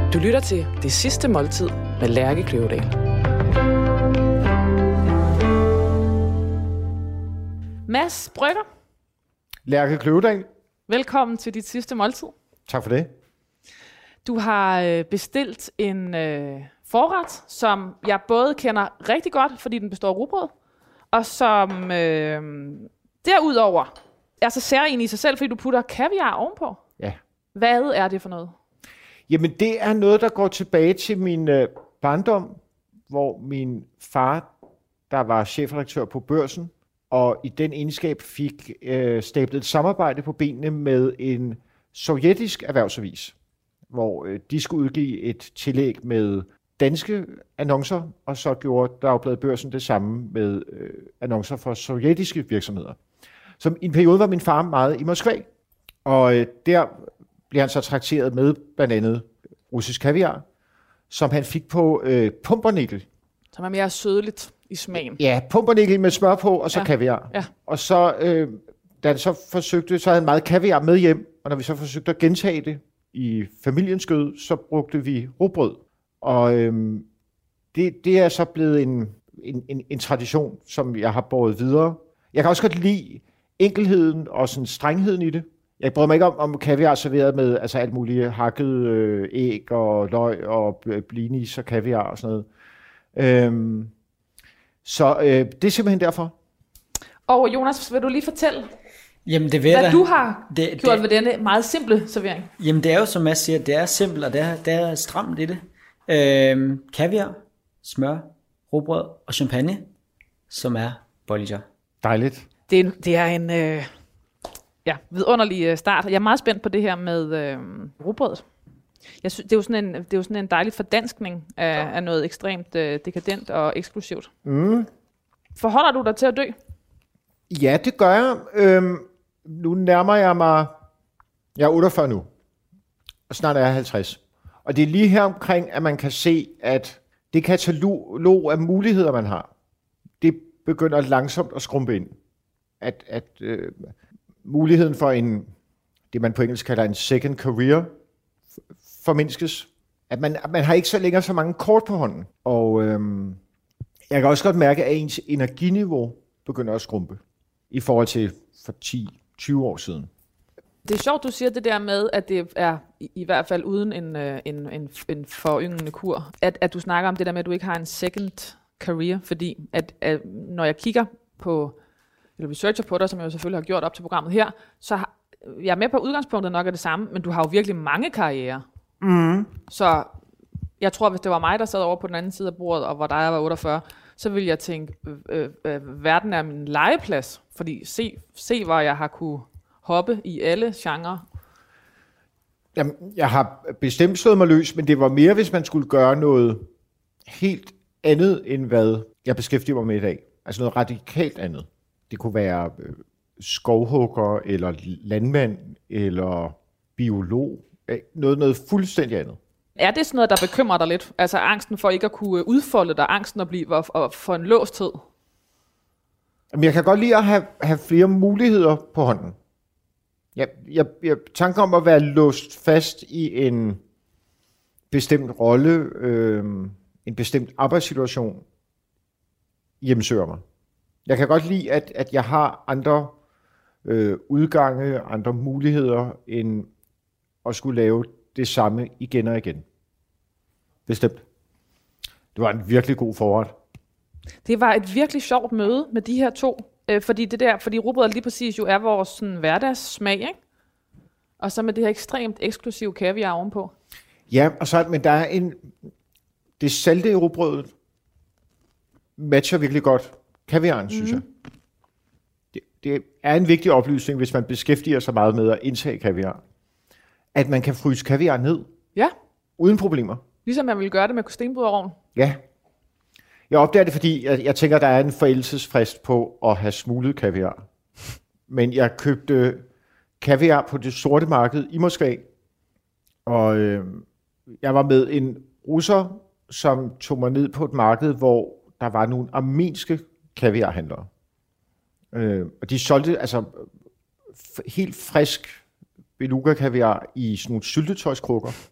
Du lytter til Det Sidste Måltid med Lærke Kløvedal. Mads Brygger. Lærke Kløvedal. Velkommen til dit sidste måltid. Tak for det. Du har bestilt en forret, som jeg både kender rigtig godt, fordi den består af rugbrød, og som derudover er så særlig i sig selv, fordi du putter kaviar ovenpå. Ja. Hvad er det for noget? Jamen, det er noget, der går tilbage til min barndom, hvor min far, der var chefredaktør på Børsen, og i den egenskab fik stablet et samarbejde på benene med en sovjetisk erhvervsavis, hvor de skulle udgive et tillæg med danske annoncer, og så gjorde Dagbladet Børsen det samme med annoncer for sovjetiske virksomheder. Så i en periode var min far meget i Moskva, og der blev han så trakteret med blandt andet russisk kaviar, som han fik på pumpernickel. Som er mere sødligt i smagen. Ja, pumpernickel med smør på, og så kaviar. Ja. Og så, da han så forsøgte, så havde han meget kaviar med hjem, og når vi så forsøgte at gentage det i familiens skød, så brugte vi rugbrød. Og det er så blevet en tradition, som jeg har båret videre. Jeg kan også godt lide enkelheden og sådan strengheden i det. Jeg bryder mig ikke om kaviar serveret med altså alt muligt hakket æg og løg og blinis og kaviar og sådan noget. Så det er simpelthen derfor. Og Jonas, vil du lige fortælle, jamen, hvad du har gjort ved denne meget simple servering? Jamen det er jo, som Mads siger, det er simpelt, og det er stramt i det. Kaviar, smør, rugbrød og champagne, som er bolliger. Dejligt. Det er en vidunderlig start. Jeg er meget spændt på det her med rugbrødet. Det er jo sådan en dejlig fordanskning af noget ekstremt dekadent og eksklusivt. Forholder du dig til at dø? Ja, det gør jeg. Nu nærmer jeg mig... Jeg er 48 nu, og snart er jeg 50. Og det er lige her omkring, at man kan se, at det katalog af muligheder, man har, det begynder langsomt at skrumpe ind. At muligheden for det man på engelsk kalder en second career, formindskes. At man har ikke så længere så mange kort på hånden. Og jeg kan også godt mærke, at ens energiniveau begynder at skrumpe i forhold til for 10-20 år siden. Det er sjovt, du siger det der med, at det er i hvert fald uden en foryngende kur. At du snakker om det der med, at du ikke har en second career, fordi at når jeg kigger på, eller researcher på dig, som jeg jo selvfølgelig har gjort op til programmet her, så jeg er med på udgangspunktet nok er det samme, men du har jo virkelig mange karrierer. Så jeg tror, hvis det var mig, der sad over på den anden side af bordet, og hvor jeg var 48, så ville jeg tænke, verden er min legeplads, fordi se hvor jeg har kunne hoppe i alle genrer. Jamen, jeg har bestemt slået mig løs, men det var mere, hvis man skulle gøre noget helt andet, end hvad jeg beskæftiger mig med i dag. Altså noget radikalt andet. Det kunne være skovhugger, eller landmand, eller biolog. Noget fuldstændig andet. Er det sådan noget, der bekymrer dig lidt? Altså angsten for ikke at kunne udfolde dig, angsten at få en låsthed? Jamen, jeg kan godt lide at have flere muligheder på hånden. Tanken om at være låst fast i en bestemt rolle, en bestemt arbejdssituation, hjemsøger mig. Jeg kan godt lide, at jeg har andre udgange, andre muligheder, end at skulle lave det samme igen og igen. Bestemt. Det var en virkelig god forret. Det var et virkelig sjovt møde med de her to, fordi rugbrød lige præcis jo er vores sådan, hverdagssmag, ikke? Og så med det her ekstremt eksklusive kaviar ovenpå. Ja, men der er det salte i rugbrødet matcher virkelig godt kaviaren, synes jeg. Det er en vigtig oplysning, hvis man beskæftiger sig meget med at indtage kaviar, at man kan fryse kaviar ned. Ja. Uden problemer. Ligesom man ville gøre det med stenbryderovn. Ja. Jeg opdager det, fordi jeg tænker, der er en forældelsesfrist på at have smuglet kaviar. Men jeg købte kaviar på det sorte marked i Moskva, og jeg var med en russer, som tog mig ned på et marked, hvor der var nogle armenske kaviarhandlere. Og de solgte altså helt frisk beluga-kaviar i sådan nogle syltetøjskrukker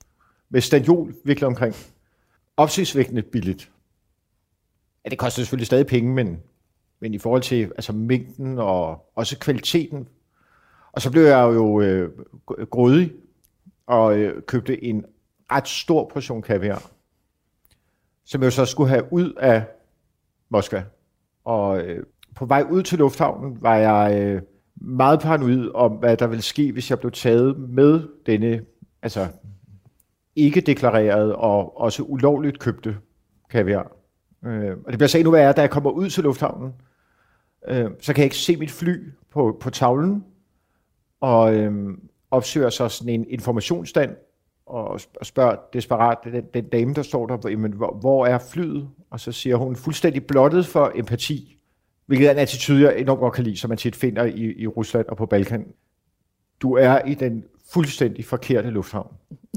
med standjol viklet omkring. Opsigtsvækkende billigt. Ja, det koster selvfølgelig stadig penge, men i forhold til altså mængden og også kvaliteten. Og så blev jeg jo grådig og købte en ret stor portion kaviar, som jeg så skulle have ud af Moskva. Og på vej ud til lufthavnen var jeg meget paranoid om, hvad der ville ske, hvis jeg blev taget med denne altså ikke deklareret og også ulovligt købte kaviar. Og det bliver så endnu værre, da jeg kommer ud til lufthavnen, så kan jeg ikke se mit fly på tavlen, og opsøger så sådan en informationsstand, og spørger desperat den dame, der står der, jamen, hvor er flyet? Og så siger hun fuldstændig blottet for empati, hvilket er en attitude, jeg enormt godt kan lide, som man tit finder i Rusland og på Balkan. Du er i den fuldstændig forkerte lufthavn.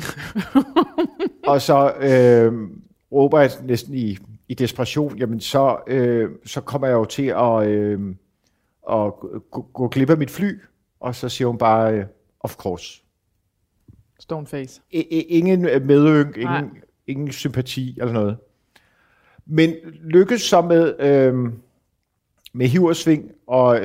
Og så råber jeg næsten i desperation, jamen så kommer jeg jo til at gå glip af mit fly, og så siger hun bare, of course. Stone face. Ingen medynk, ingen sympati eller noget. Men lykkes så med hiv og sving og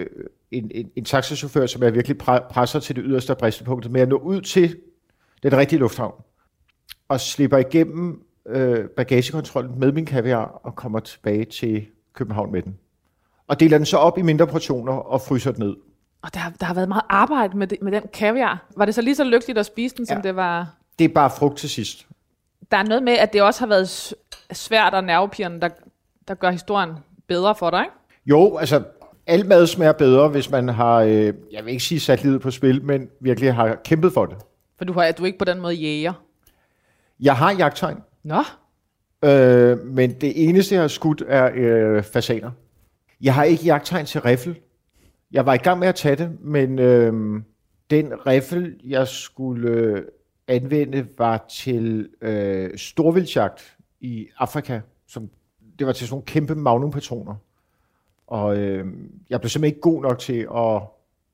en taxachauffør, som jeg virkelig presser til det yderste bristepunkt, med at nå ud til den rigtige lufthavn og slipper igennem bagagekontrollen med min kaviar og kommer tilbage til København med den. Og deler den så op i mindre portioner og fryser den ned. Og der har været meget arbejde med den kaviar. Var det så lige så lykkeligt at spise den, som det var? Det er bare frugt til sidst. Der er noget med, at det også har været svært og nervepirrende, der gør historien bedre for dig, ikke? Jo, altså al mad smager bedre, hvis man har, jeg vil ikke sige sat livet på spil, men virkelig har kæmpet for det. For du er ikke på den måde jæger? Jeg har jagttegn. Nå? Men det eneste, jeg har skudt, er fasaner. Jeg har ikke jagttegn til riffel. Jeg var i gang med at tage det, men den riffel, jeg skulle anvende, var til storvildtjagt i Afrika. Det var til sådan nogle kæmpe magnumpatroner. Og jeg blev simpelthen ikke god nok til at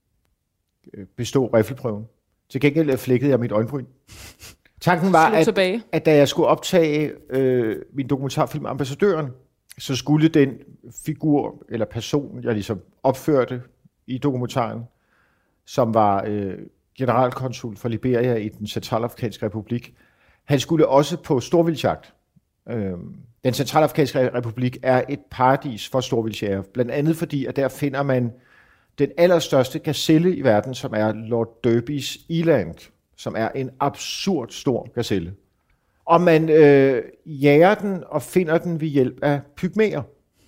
bestå riffelprøven. Til gengæld flækkede jeg mit øjenbryn. Tanken var, at da jeg skulle optage min dokumentarfilm Ambassadøren, så skulle den figur eller person, jeg ligesom opførte i dokumentaren, som var generalkonsul for Liberia i den Centralafrikanske Republik, han skulle også på storvildtjagt. Den Centralafrikanske Republik er et paradis for storvildtjægere, blandt andet fordi, at der finder man den allerstørste gazelle i verden, som er Lord Derbys Eland, som er en absurd stor gazelle. Og man jager den og finder den ved hjælp af pygmæer.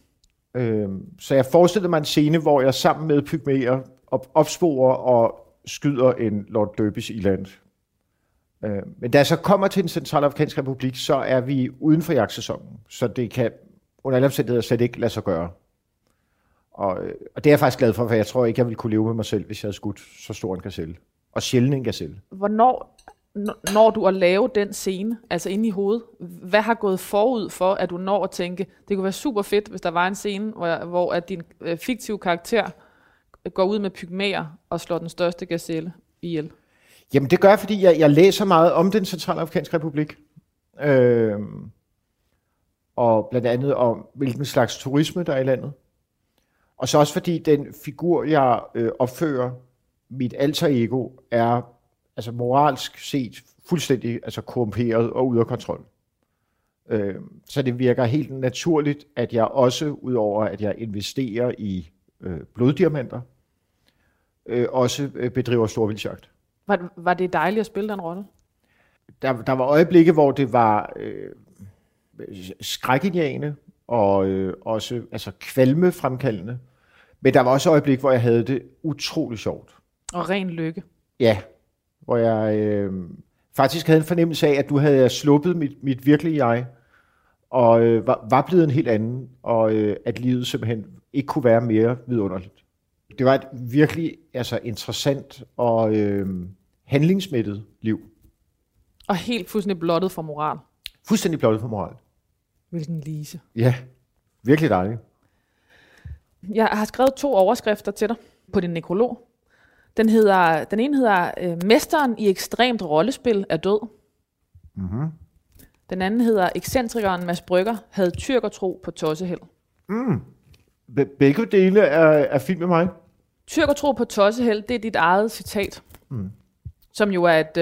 Så jeg forestillede mig en scene, hvor jeg sammen med pygmæer opsporer og skyder en Lord Derbys Eland. Men da jeg så kommer til den Centralafrikanske Republik, så er vi uden for jagtsæsonen, så det kan under alle omstændigheder slet ikke lade sig gøre. Og det er jeg faktisk glad for, for jeg tror ikke, jeg ville kunne leve med mig selv, hvis jeg havde skudt så stor en gazelle. Og sjældent en gazelle. Hvornår når du at lave den scene, altså inde i hovedet? Hvad har gået forud for, at du når at tænke, det kunne være super fedt, hvis der var en scene, hvor at din fiktive karakter går ud med pygmæer og slår den største gazelle ihjel? Jamen det gør jeg, fordi jeg læser meget om den Centralafrikanske Republik. Og blandt andet om, hvilken slags turisme der er i landet. Og så også fordi den figur, jeg opfører, mit alter ego, er altså moralsk set fuldstændig altså korrumperet og ude af kontrol. Så det virker helt naturligt, at jeg også, udover at jeg investerer i bloddiamanter, også bedriver storvildtjagt. Var det dejligt at spille den rolle? Der var øjeblikke, hvor det var skrækindjagende og også altså kvalmefremkaldende. Men der var også øjeblik, hvor jeg havde det utrolig sjovt. Og ren lykke. Ja, hvor jeg faktisk havde en fornemmelse af, at du havde sluppet mit virkelige jeg, og var blevet en helt anden, og at livet simpelthen ikke kunne være mere vidunderligt. Det var et virkelig altså, interessant og handlingsmættet liv. Og helt fuldstændig blottet for moral. Fuldstændig blottet for moral. Hvilken lise. Ja, virkelig dejligt. Jeg har skrevet 2 overskrifter til dig på din nekrolog. Den ene hedder Mesteren i ekstremt rollespil er død. Mm-hmm. Den anden hedder Excentrikeren Mads Brügger havde tyrkertro på tosseheld. Begge dele er fint med mig. Tyrkertro på tosseheld, det er dit eget citat. Som jo er et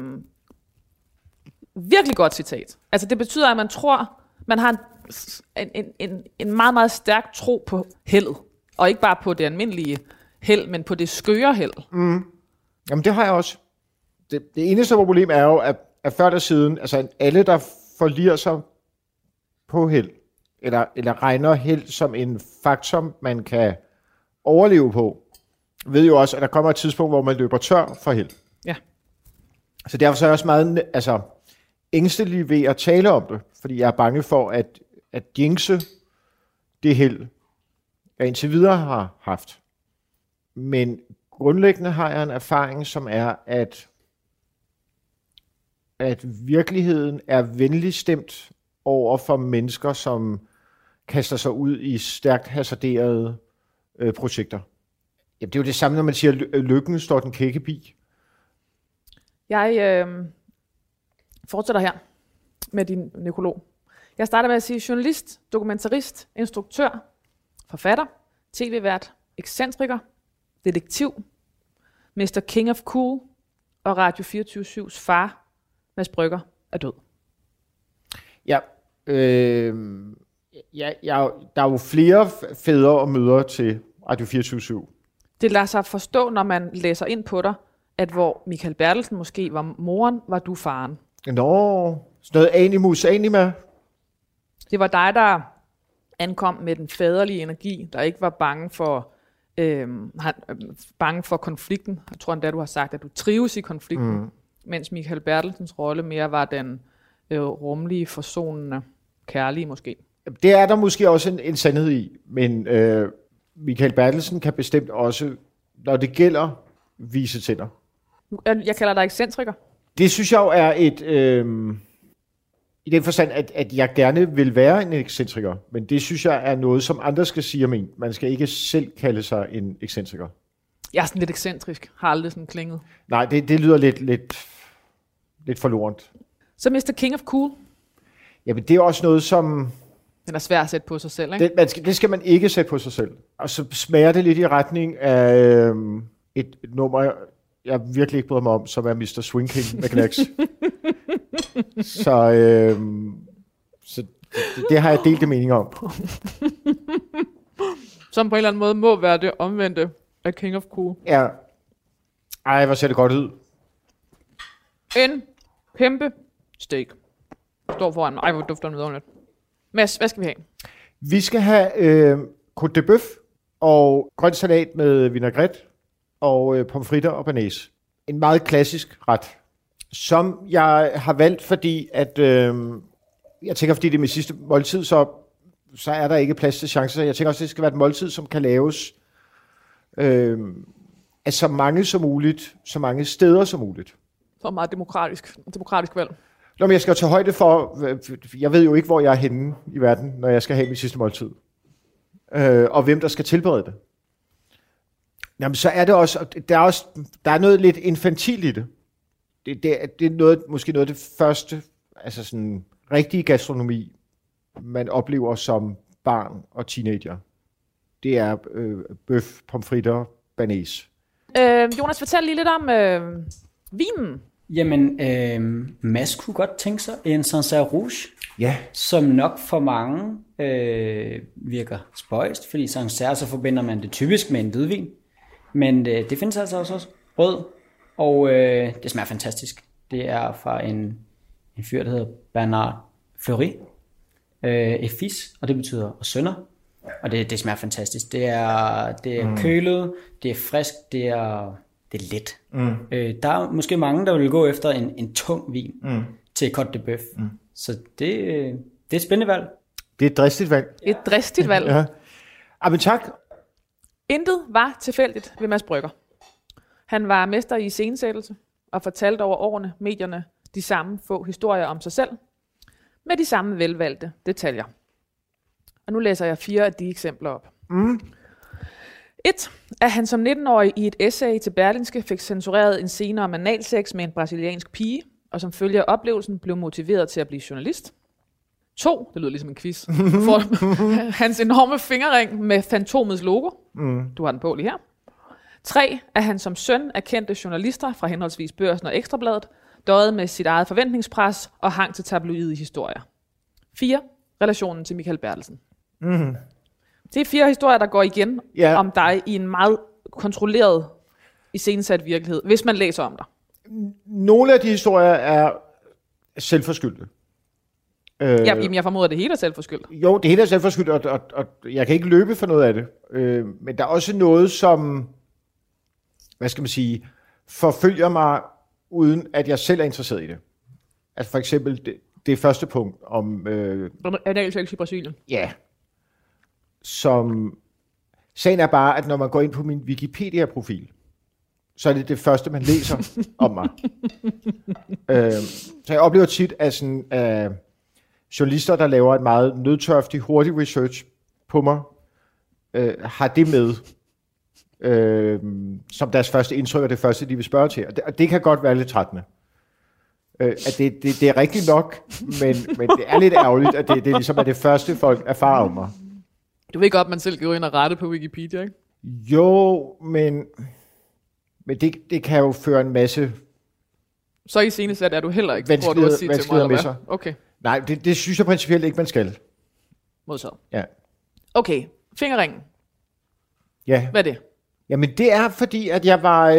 virkelig godt citat. Altså det betyder, at man tror, man har en meget, meget stærk tro på heldet. Og ikke bare på det almindelige held, men på det skøre held. Jamen det har jeg også. Det eneste problem er jo, at før der siden, altså alle, der forliger sig på held, eller regner held som en faktor, man kan overleve på, ved jo også, at der kommer et tidspunkt, hvor man løber tør for held. Ja. Så derfor så er jeg også meget ængstelig ved at tale om det, fordi jeg er bange for at jinxe det held, jeg indtil videre har haft. Men grundlæggende har jeg en erfaring, som er, at virkeligheden er venlig stemt over for mennesker, som kaster sig ud i stærkt hasarderede projekter. Ja, det er jo det samme, når man siger, lykken står den kække bi. Jeg fortsætter her med din nekrolog. Jeg starter med at sige journalist, dokumentarist, instruktør, forfatter, tv-vært, excentriker, detektiv, Mr. King of Cool og Radio 24/7's far, Mads Brügger, er død. Ja, der er jo flere fædre og mødre til Radio 24/7. Det lader sig forstå, når man læser ind på dig, at hvor Michael Bertelsen måske var moren, var du faren. Nå, sådan noget animus anima. Det var dig, der ankom med den faderlige energi, der ikke var bange for konflikten. Jeg tror endda, du har sagt, at du trives i konflikten, mens Michael Bertelsens rolle mere var den rummelige, forsonende, kærlige måske. Det er der måske også en sandhed i, men Michael Bertelsen kan bestemt også, når det gælder, vise tænder. Jeg kalder dig excentriker. Det synes jeg jo er i den forstand, at jeg gerne vil være en excentriker, men det synes jeg er noget, som andre skal sige om en. Man skal ikke selv kalde sig en excentriker. Jeg er sådan lidt excentrisk, har aldrig sådan klinget. Nej, det lyder lidt forlorent. Så Mr. King of Cool. Jamen, det er også noget, som... Den er svær at sætte på sig selv, ikke? Det skal man ikke sætte på sig selv. Og så smager det lidt i retning af et nummer, jeg virkelig ikke bryder mig om, som er Mr. Swing King med Knacks. så det har jeg delt en mening om. Som på en eller anden måde må være det omvendte af King of Cool. Ja. Ej, hvor ser det godt ud. En kæmpe steak. Står foran mig. Ej, hvor dufter den vidunderligt. Mads, hvad skal vi have? Vi skal have côte de bœuf og grøn salat med vinaigrette og pomfritter og banæs. En meget klassisk ret, som jeg har valgt, fordi at jeg tænker, fordi det er mit sidste måltid, så er der ikke plads til chancer. Jeg tænker også, at det skal være et måltid, som kan laves af så mange som muligt, så mange steder som muligt. Så meget demokratisk valg. Nå, men jeg skal tage højde for, jeg ved jo ikke, hvor jeg er henne i verden, når jeg skal have mit sidste måltid. Og hvem der skal tilberede det. Jamen, så er det også, der er noget lidt infantilt i det. Det er noget, måske noget af det første, altså sådan rigtige gastronomi, man oplever som barn og teenager. Det er bøf, pomfritter, banæs. Jonas, fortæl lige lidt om vinen. Jamen, Mads kunne godt tænke sig en Sancerre Rouge, Ja. som nok for mange virker spøjst, fordi Sancerre, så forbinder man det typisk med en hvidvin. Men det findes altså også rød, og det smager fantastisk. Det er fra en fyr, der hedder Bernard Fleury, Fils, og det betyder sønner. Og det smager fantastisk. Det er kølet, det er frisk, det er let. Der er måske mange, der vil gå efter en tung vin til Côte de Bœuf. Så det er et spændende valg. Det er et dristigt valg. Et dristigt valg. Ja. Men tak. Intet var tilfældigt ved Mads Brügger. Han var mester i iscenesættelse og fortalte over årene medierne de samme få historier om sig selv, med de samme velvalgte detaljer. Og nu læser jeg 4 af de eksempler op. 1. At han som 19-årig i et essay til Berlingske fik censureret en scene om analsex med en brasiliansk pige, og som følge af oplevelsen blev motiveret til at blive journalist. 2, det lyder ligesom en quiz, for hans enorme fingerring med Fantomets logo. Du har den på lige her. 3, at han som søn af kendte journalister fra henholdsvis Børsen og Ekstrabladet døjede med sit eget forventningspres og hang til tabloide historier. 4, relationen til Michael Bertelsen. Det er 4 historier, der går igen om dig i en meget kontrolleret, iscenesat virkelighed, hvis man læser om dig. Nogle af de historier er selvforskyldte. Jamen, jeg formoder, at det hele er selvforskyldt. Jo, det hele er selvforskyldt, og jeg kan ikke løbe for noget af det. Men der er også noget, som, hvad skal man sige, forfølger mig, uden at jeg selv er interesseret i det. Altså for eksempel det første punkt om... Analsex i Brasilien. Ja. Sagen er bare, at når man går ind på min Wikipedia-profil, så er det det første, man læser om mig. Så jeg oplever tit, at journalister, der laver en meget nødtørftig, hurtig research på mig, har det med som deres første indtryk, og det første, de vil spørge til. Og det kan godt være lidt trættende. At det er rigtigt nok, men det er lidt ærgerligt, at det ligesom er det første, folk erfarer om mig. Du ved godt, at man selv går ind og rette på Wikipedia, ikke? Jo, men det kan jo føre en masse... Så i scenesat er du heller ikke, tror du at sige til mig, eller hvad? Okay. Nej, det synes jeg principielt ikke, man skal. Modsat. Ja. Okay, fingerringen. Ja. Hvad er det? Jamen det er fordi, at jeg var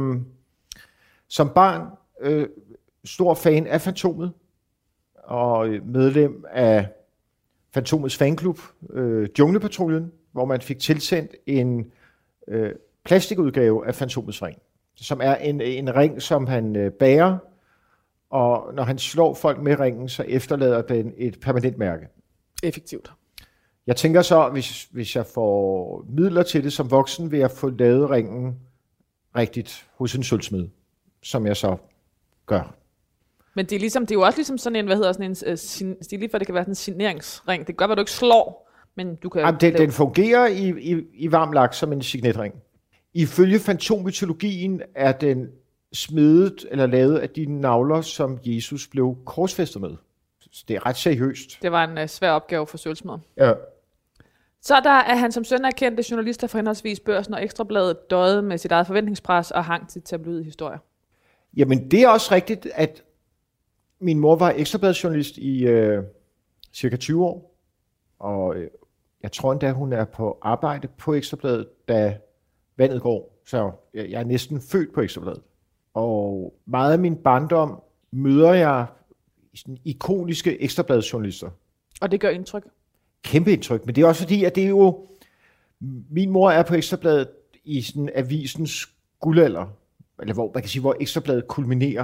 som barn stor fan af Fantomet, og medlem af Fantomets fanklub, Junglepatruljen, hvor man fik tilsendt en plastikudgave af Fantomets ring, som er en ring, som han bærer, og når han slår folk med ringen, så efterlader den et permanent mærke. Effektivt. Jeg tænker så, hvis jeg får midler til det som voksen, vil jeg få lavet ringen rigtigt hos en sølvsmed, som jeg så gør. Men det er jo også ligesom sådan en, det er lige for, det kan være sådan en signeringsring. Det gør, at du ikke slår, men du kan... Jamen, den fungerer i varm laks som en signetring. Ifølge fantommytologien er den smedet eller lavet af de navler, som Jesus blev korsfæstet med. Så det er ret seriøst. Det var en svær opgave for sølvsmeden. Ja. Så der er han som søn af kendte journalister fra henholdsvis Børsen og Ekstrabladet døjede med sit eget forventningspres og hang til tabloide historier. Jamen, det er også rigtigt, at min mor var ekstrabladsjournalist i cirka 20 år. Og jeg tror endda, hun er på arbejde på Ekstrabladet, da vandet går. Så jeg er næsten født på Ekstrabladet. Og meget af min barndom møder jeg sådan ikoniske ekstrabladsjournalister. Og det gør indtryk? Kæmpe indtryk, men det er også fordi, at det er jo... Min mor er på Ekstrabladet i sådan avisens guldalder, eller hvor man kan sige, hvor Ekstrabladet kulminerer,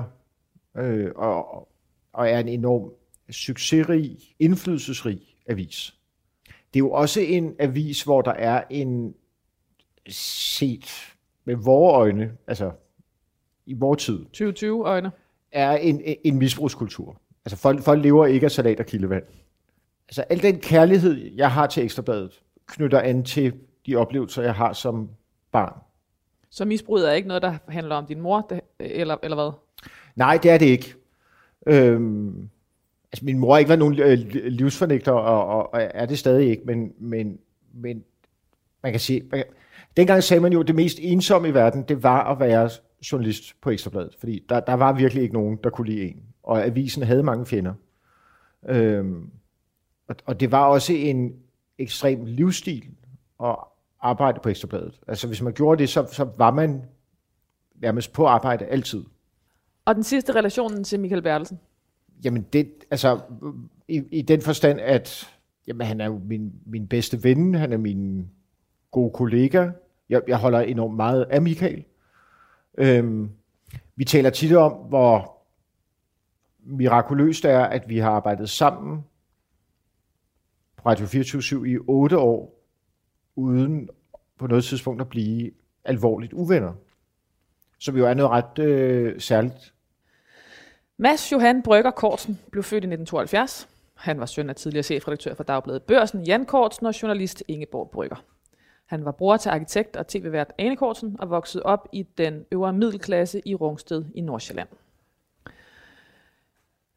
og er en enorm succesrig, indflydelsesrig avis. Det er jo også en avis, hvor der er en set med vore øjne, altså i vores tid, 2020 øjne, er en misbrugskultur. Altså folk lever ikke af salat og kildevand. Altså al den kærlighed, jeg har til Ekstrabladet, knytter an til de oplevelser, jeg har som barn. Så misbruget er ikke noget, der handler om din mor, eller hvad? Nej, det er det ikke. Altså min mor har ikke været nogen livsfornægter, og er det stadig ikke, men man kan sige, dengang sagde man jo, at det mest ensomme i verden, det var at være journalist på Ekstrabladet, fordi der var virkelig ikke nogen, der kunne lide en, og avisen havde mange fjender. Og det var også en ekstrem livsstil at arbejde på Ekstrabladet. Altså hvis man gjorde det, så var man nærmest på arbejde altid. Og den sidste relationen til Michael Bertelsen? Jamen det, altså i den forstand, at jamen, han er jo min bedste ven, han er min gode kollega. Jeg holder enormt meget af Michael. Vi taler tit om, hvor mirakuløst det er, at vi har arbejdet sammen på Radio 24/7 i 8 år, uden på noget tidspunkt at blive alvorligt uvenner. Så vi jo er noget ret særligt. Mads Johan Brøgger Cortzen blev født i 1972. Han var søn af tidligere chefredaktør for Dagbladet Børsen, Jan Cortzen, og journalist Ingeborg Brøgger. Han var bror til arkitekt og tv-vært Ane Cortzen og voksede op i den øvre middelklasse i Rungsted i Nordsjælland.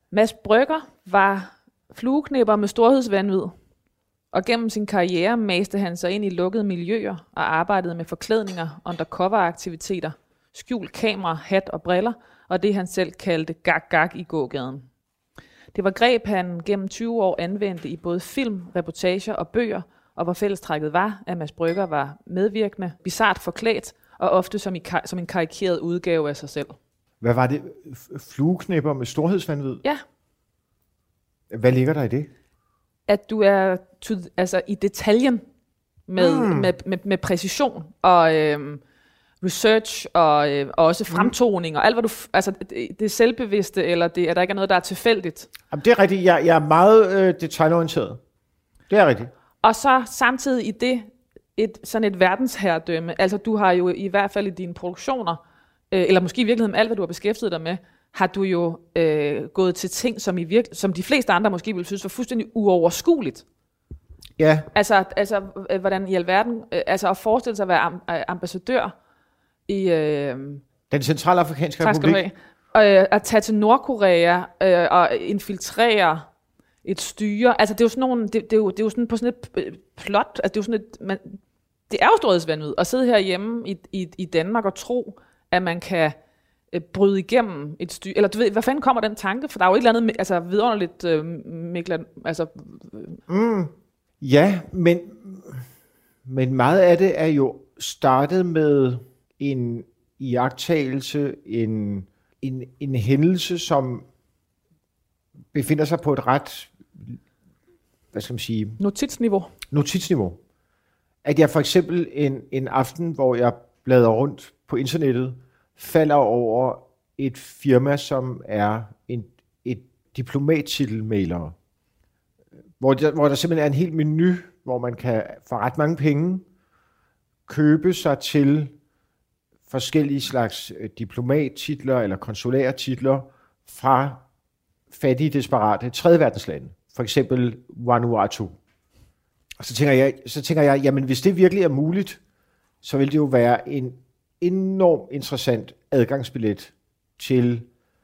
Mads Brügger var flueknipper med storhedsvanvid, og gennem sin karriere maste han sig ind i lukkede miljøer og arbejdede med forklædninger, undercover-aktiviteter, skjult kamera, hat og briller, og det han selv kaldte gag i gågaden. Det var greb, han gennem 20 år anvendte i både film, reportager og bøger, og hvor fællestrækket var, at Mads Brügger var medvirkende, bizart forklædt, og ofte som en karikeret udgave af sig selv. Hvad var det? Flueknipper med storhedsvanvid? Ja. Hvad ligger der i det? At du er i detaljen med præcision og research og også fremtoning og alt hvad du det er selvbevidste eller det at der ikke er noget der er tilfældigt. Jamen, det er rigtigt. Jeg er meget detailorienteret. Det er rigtigt. Og så samtidig i det sådan et verdensherredømme. Altså du har jo i hvert fald i dine produktioner eller måske i virkeligheden alt hvad du har beskæftiget dig med, har du jo gået til ting som de fleste andre måske ville synes var fuldstændig uoverskueligt. Ja. Altså hvordan i alverden at forestille sig at være ambassadør i den centralafrikanske republik. At tage til Nordkorea og infiltrere et styre. Altså det er jo sådan nogle, det er jo sådan på sådan et plot. Altså det er jo sådan et, det er jo storhedsvanvid at sidde herhjemme i Danmark og tro, at man kan bryde igennem et styre. Eller du ved, hvad fanden kommer den tanke? For der er jo et eller andet vidunderligt Mikkel. Ja, men meget af det er jo startet med en iagttagelse, en hændelse, som befinder sig på et ret, hvad skal man sige? Notitsniveau. At jeg for eksempel en aften, hvor jeg bladrer rundt på internettet, falder over et firma, som er et diplomattitelmæglere, hvor der simpelthen er en hel menu, hvor man kan for ret mange penge købe sig til forskellige slags diplomattitler eller konsulære titler fra fattige, desperate tredjeverdenslande. For eksempel Vanuatu. Og så tænker jeg, jamen hvis det virkelig er muligt, så vil det jo være en enormt interessant adgangsbillet til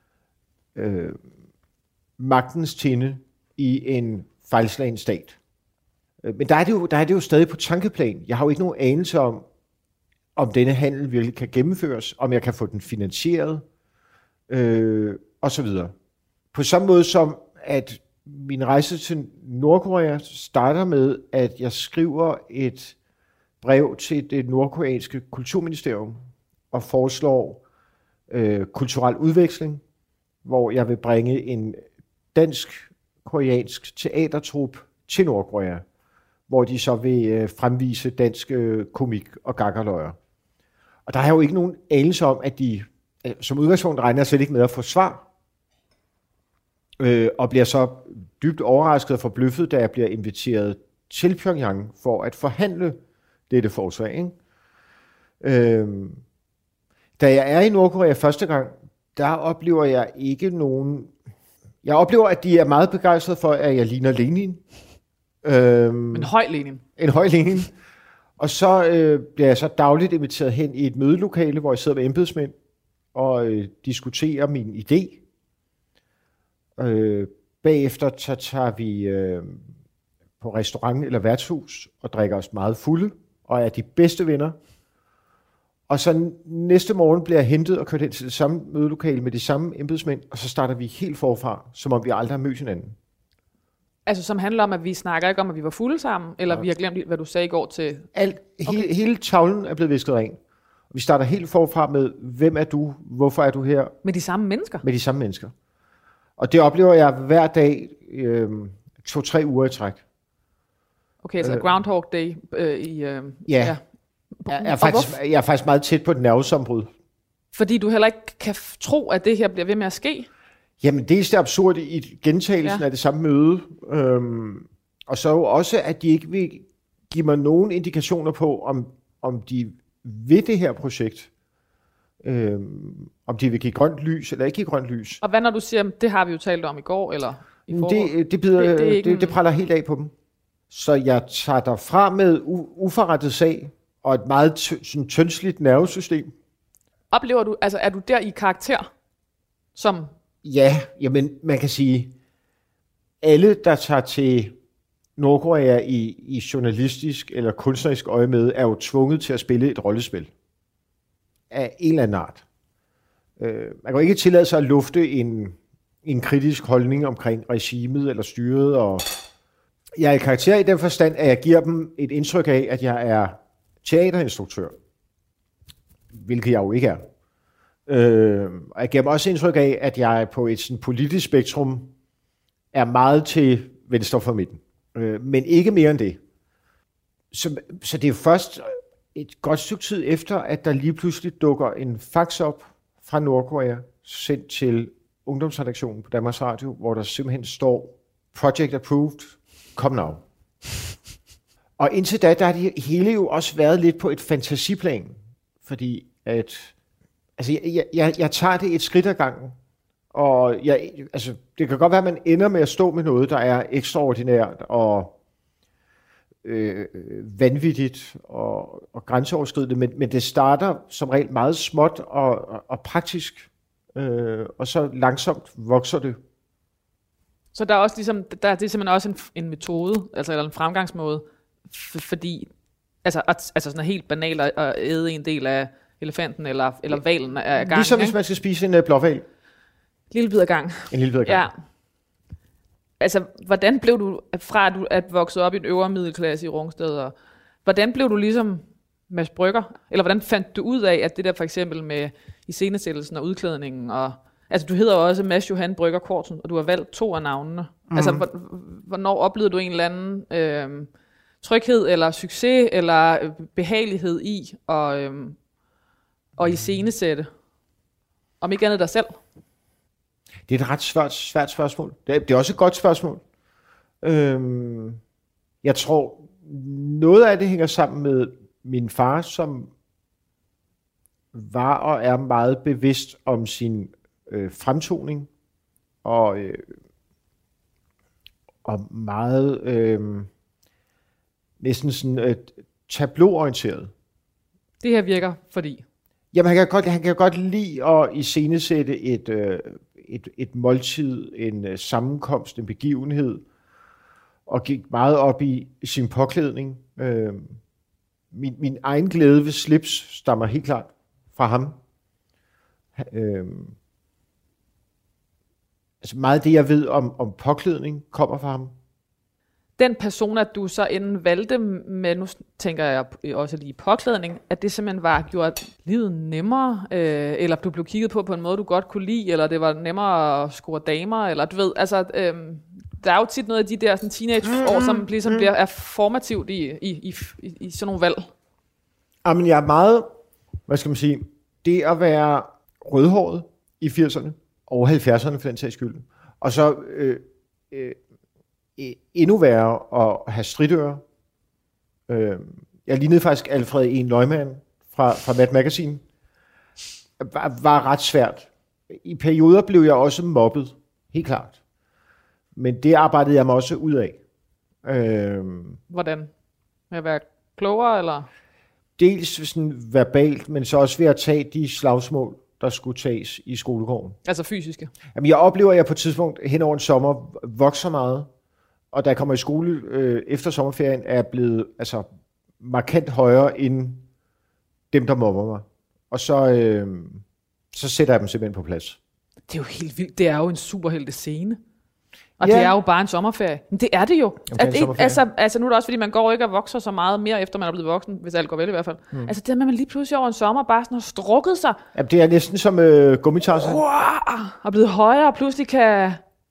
magtens tinde i en fejlslagen stat. Men der er det jo stadig på tankeplan. Jeg har jo ikke nogen anelse om denne handel virkelig kan gennemføres, om jeg kan få den finansieret, og så videre. På samme måde som, at min rejse til Nordkorea starter med, at jeg skriver et brev til det nordkoreanske kulturministerium og foreslår kulturel udveksling, hvor jeg vil bringe en dansk-koreansk teatertrup til Nordkorea, hvor de så vil fremvise dansk komik og gakkerløjer. Og der er jo ikke nogen anelse om, at de som udgangspunkt regner jeg slet ikke med at få svar, og bliver så dybt overrasket og forbløffet, da jeg bliver inviteret til Pyongyang for at forhandle dette forslag. Ikke? Da jeg er i Nordkorea første gang, der oplever jeg ikke nogen... Jeg oplever, at de er meget begejstrede for, at jeg ligner Lenin. En høj Lenin. En høj Lenin. Og så bliver jeg så dagligt inviteret hen i et mødelokale, hvor jeg sidder med embedsmænd og diskuterer min idé. Bagefter tager vi på restaurant eller værtshus og drikker os meget fulde og er de bedste venner. Og så næste morgen bliver jeg hentet og kørt hen til det samme mødelokale med de samme embedsmænd, og så starter vi helt forfra, som om vi aldrig har mødt hinanden. Altså som handler om, at vi snakker ikke om, at vi var fulde sammen, eller vi har glemt, hvad du sagde i går til... Hele tavlen er blevet visket ren. Vi starter helt forfra med, hvem er du, hvorfor er du her? Med de samme mennesker? Med de samme mennesker. Og det oplever jeg hver dag 2-3 uger i træk. Okay, så Groundhog Day ja. Jeg er faktisk meget tæt på et nervesambrud. Fordi du heller ikke kan tro, at det her bliver ved med at ske? Jamen, det er det absurde i gentagelsen af det samme møde. Og så jo også, at de ikke vil give mig nogen indikationer på, om de vil det her projekt. Om de vil give grønt lys, eller ikke give grønt lys. Og hvad når du siger, det har vi jo talt om i går, eller i forår? Det praller helt af på dem. Så jeg tager derfra med uforrettet sag, og et meget tyndsligt nervesystem. Oplever du, altså er du der i karakter, som Ja, jamen man kan sige, alle der tager til Nordkorea i journalistisk eller kunstnerisk øje med, er jo tvunget til at spille et rollespil af en eller anden art. Man kan jo ikke tillade sig at lufte en kritisk holdning omkring regimet eller styret, og jeg er i karakter i den forstand, at jeg giver dem et indtryk af, at jeg er teaterinstruktør, hvilket jeg jo ikke er. Og jeg giver dem også indtryk af, at jeg på et sådan politisk spektrum er meget til venstre for midten. Men ikke mere end det. Så det er jo først et godt stykke tid efter, at der lige pludselig dukker en fax op fra Nordkorea, sendt til ungdomsredaktionen på Danmarks Radio, hvor der simpelthen står, Project Approved, come now. Og indtil da, der har det hele jo også været lidt på et fantasiplan, fordi at, altså jeg tager det et skridt ad gangen, og det kan godt være, at man ender med at stå med noget, der er ekstraordinært og vanvittigt og grænseoverskridende, men det starter som regel meget småt og praktisk, og så langsomt vokser det. Så der er også ligesom, det er simpelthen også en metode, altså eller en fremgangsmåde, fordi altså sådan helt banalt at æde en del af elefanten eller hvalen af gangen. Ligesom hvis man skal spise en blåhval. Lille bid ad gang. En lille bid ad gang. Ja. Altså, hvordan blev du, fra at vokse op i en øvre middelklasse i Rungsted, og hvordan blev du ligesom Mads Brügger? Eller hvordan fandt du ud af, at det der for eksempel med iscenesættelsen og udklædningen, og altså du hedder jo også Mads Johan Brügger Cortzen, og du har valgt 2 af navnene. Altså, hvornår oplevede du en eller anden tryghed, eller succes, eller behagelighed i at iscenesætte? Om ikke andet dig selv? Det er et ret svært spørgsmål. Det er også et godt spørgsmål. Jeg tror, noget af det hænger sammen med min far, som var og er meget bevidst om sin fremtoning, og meget næsten sådan tableauorienteret. Det her virker fordi? Jamen, han kan godt lide at iscenesætte et måltid, en sammenkomst, en begivenhed, og gik meget op i sin påklædning. Min egen glæde ved slips stammer helt klart fra ham. Altså meget af det, jeg ved om påklædning, kommer fra ham. Den persona, du så inden valgte med, nu tænker jeg også lige påklædning, at det simpelthen var gjort livet nemmere, eller du blev kigget på en måde, du godt kunne lide, eller det var nemmere at score damer, eller du ved, altså, der er jo tit noget af de der sådan, teenageår, som ligesom er formativt i sådan nogle valg. Jamen, jeg er meget, hvad skal man sige, det at være rødhåret i 80'erne, og 70'erne for den sags skyld, og så endnu værre at have stridører. Jeg lignede faktisk Alfred E. Neumann fra Mad Magazine. Var ret svært. I perioder blev jeg også mobbet, helt klart. Men det arbejdede jeg mig også ud af. Hvordan? Med at være klogere, eller? Dels sådan verbalt, men så også ved at tage de slagsmål, der skulle tages i skolegården. Altså fysiske? Jamen, jeg oplever, at jeg på et tidspunkt hen over en sommer vokser meget, og da jeg kommer i skole efter sommerferien, er jeg blevet markant højere end dem, der mobber mig. Og så sætter jeg dem simpelthen på plads. Det er jo helt vildt. Det er jo en superheldig scene. Og det er jo bare en sommerferie. Men det er det jo. Altså nu er det også, fordi man går ikke og vokser så meget mere, efter man er blevet voksen, hvis alt går vel i hvert fald. Altså det med, man lige pludselig over en sommer bare sådan har strukket sig. Jamen, det er næsten som gummitasser. Og blevet højere og pludselig kan...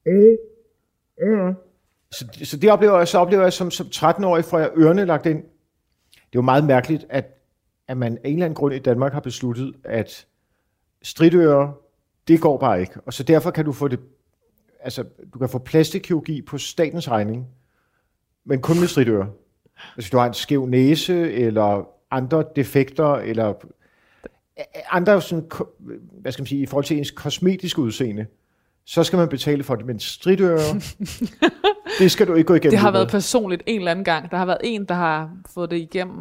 Så det oplever jeg som 13-årig, får jeg ørerne lagt ind. Det er jo meget mærkeligt, at man af en eller anden grund i Danmark har besluttet, at stridører, det går bare ikke. Og så derfor kan du få det, du kan få plastikkirurgi på statens regning, men kun med stridører. Hvis du har en skæv næse, eller andre defekter, eller andre sådan, hvad skal man sige, i forhold til ens kosmetiske udseende, så skal man betale for det, men stridører, det skal du ikke gå igennem. Det har været personligt en eller anden gang. Der har været en, der har fået det igennem.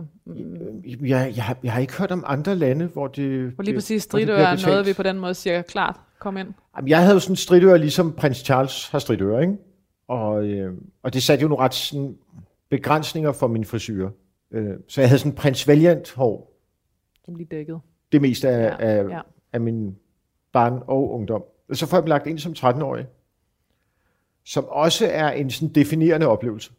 Jeg har ikke hørt om andre lande, hvor det... Hvor lige præcis stridører er noget, vi på den måde siger klart kom ind? Jamen, jeg havde jo sådan stridører, ligesom prins Charles har stridører, ikke? Og det satte jo nogle ret sådan, begrænsninger for min frisyr. Så jeg havde sådan prins Valiant hår. Som lige dækkede. Det meste af min barn og ungdom. Og så får jeg dem lagt ind som 13-årig. Som også er en sådan definerende oplevelse.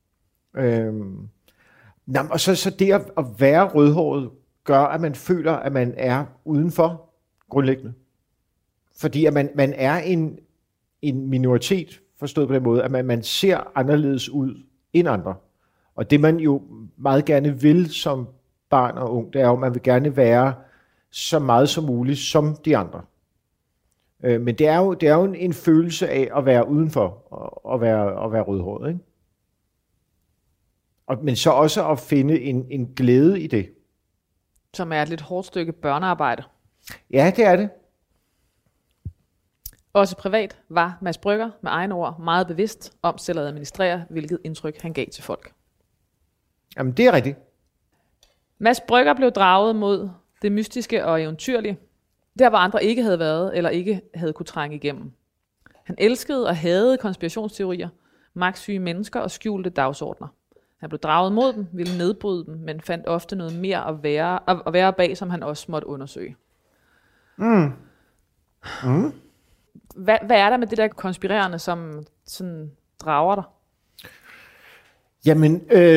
Og så det at være rødhåret gør, at man føler, at man er udenfor grundlæggende. Fordi at man er en minoritet, forstået på den måde, at man ser anderledes ud end andre. Og det man jo meget gerne vil som barn og ung, det er jo, at man vil gerne være så meget som muligt som de andre. Men det er jo en følelse af at være udenfor og være rødhåret, ikke? Men så også at finde en glæde i det. Som er et lidt hårdt stykke børnearbejde. Ja, det er det. Også privat var Mads Brügger med egne ord meget bevidst om selv at administrere, hvilket indtryk han gav til folk. Jamen, det er rigtigt. Mads Brügger blev draget mod det mystiske og eventyrlige, der hvor andre ikke havde været eller ikke havde kunne trænge igennem. Han elskede og hadede konspirationsteorier, magtsyge mennesker og skjulte dagsordner. Han blev draget mod dem, ville nedbryde dem, men fandt ofte noget mere at være bag, som han også måtte undersøge. Hvad er der med det der konspirerende, som sådan drager dig? Jamen,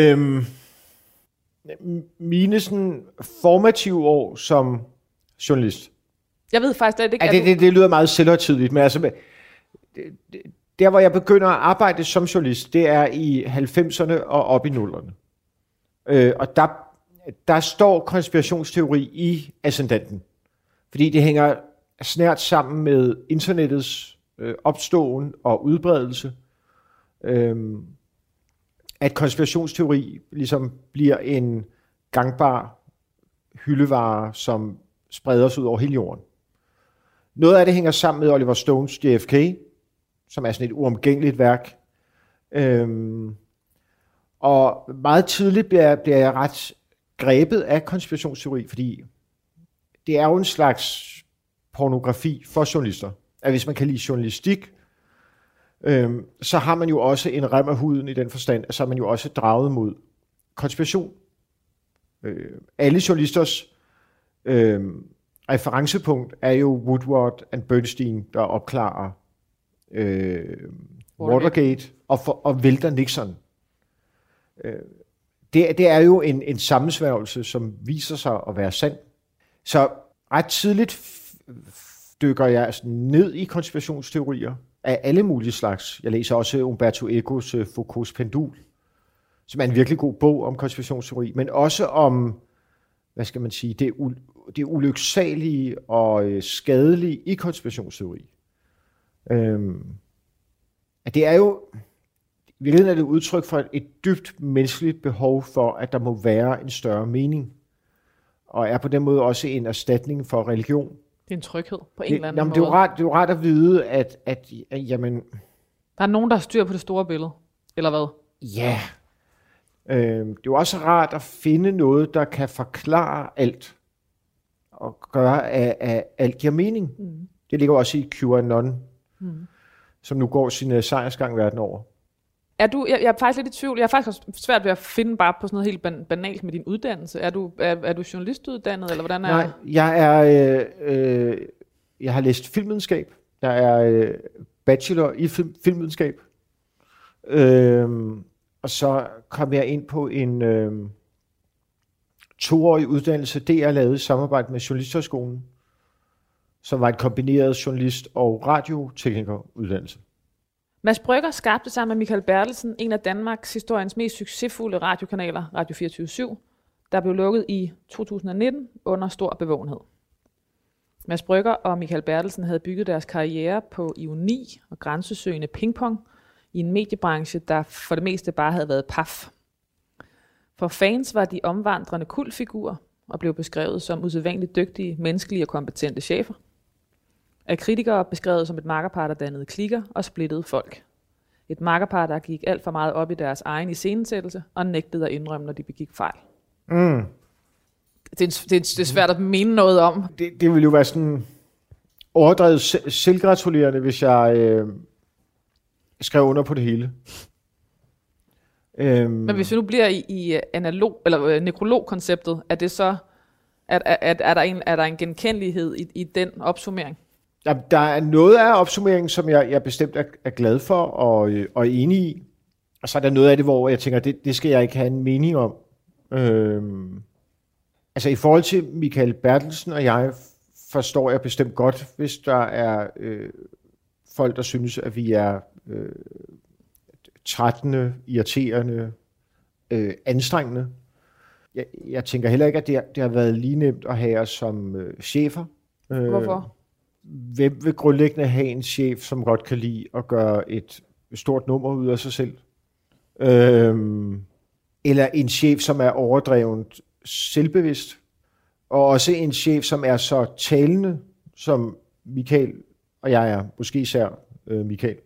mine sådan formative år som journalist. Jeg ved faktisk slet ikke... Det lyder meget selvhøjtideligt, men altså... Der, hvor jeg begynder at arbejde som journalist, det er i 90'erne og op i 0'erne. Og der står konspirationsteori i ascendanten. Fordi det hænger snært sammen med internettets opståen og udbredelse. At konspirationsteori ligesom bliver en gangbar hyldevare, som spreder sig ud over hele jorden. Noget af det hænger sammen med Oliver Stones JFK, som er sådan et uomgængeligt værk. Og meget tidligt bliver jeg ret grebet af konspirationsteori, fordi det er jo en slags pornografi for journalister. At hvis man kan lide journalistik, så har man jo også en rem af huden i den forstand, at så er man jo også draget mod konspiration. Alle journalisters referencepunkt er jo Woodward and Bernstein, der opklarer Watergate og vælter Nixon. Det er jo en sammensværgelse, som viser sig at være sand. Så ret tidligt dykker jeg ned i konspirationsteorier af alle mulige slags. Jeg læser også Umberto Ecos Foucaults Pendul, som er en virkelig god bog om konspirationsteori, men også om, hvad skal man sige, det ulyksalige og skadelige i konspirationsteori. Det er jo i virkeligheden er det udtryk for et dybt menneskeligt behov for, at der må være en større mening, og er på den måde også en erstatning for religion. Det er en tryghed på en eller anden måde. Det er jo rart at vide, at jamen... Der er nogen, der har styr på det store billede, eller hvad? Ja. Det er jo også rart at finde noget, der kan forklare alt, og gøre, at alt giver mening. Mm. Det ligger også i QAnon, som nu går sin sejrsgang verden over. Jeg er faktisk lidt i tvivl. Jeg er faktisk også svært ved at finde bare på sådan noget helt banalt med din uddannelse. Er du journalistuddannet, eller hvordan er Nej, jeg har læst filmvidenskab. Jeg er bachelor i filmvidenskab. Og så kom jeg ind på en 2-årig uddannelse, det jeg lavede i samarbejde med Journalisthøjskolen, som var en kombineret journalist- og radioteknikeruddannelse. Mads Brügger skabte sammen med Mikael Bertelsen en af Danmarks historiens mest succesfulde radiokanaler, Radio 24/7, der blev lukket i 2019 under stor bevågenhed. Mads Brügger og Mikael Bertelsen havde bygget deres karriere på ironi og grænsesøgende pingpong i en mediebranche, der for det meste bare havde været paf. For fans var de omvandrende kultfigurer og blev beskrevet som usædvanligt dygtige, menneskelige og kompetente chefer. Af kritikere beskrevet som et makkerpar, der dannede klikker og splittede folk. Et makkerpar, der gik alt for meget op i deres egen iscenesættelse og nægtede at indrømme, når de begik fejl. Det er svært at mene noget om. Det vil jo være sådan overdrevet selvgratulerende, hvis jeg skrev under på det hele. Men hvis vi nu bliver i analog eller nekrolog-konceptet, er det så er der en genkendelighed i den opsummering? Der er noget af opsummeringen, som jeg bestemt er glad for og enig i. Og så er der noget af det, hvor jeg tænker, det skal jeg ikke have en mening om. Altså i forhold til Michael Bertelsen og jeg, forstår jeg bestemt godt, hvis der er folk, der synes, at vi er trættende, irriterende, anstrengende. Jeg tænker heller ikke, at det har været lige nemt at have os som chefer. Hvorfor? Hvem vil grundlæggende have en chef, som godt kan lide at gøre et stort nummer ud af sig selv? Eller en chef, som er overdrevent selvbevidst? Og også en chef, som er så talende, som Michael og jeg er. Måske især Michael.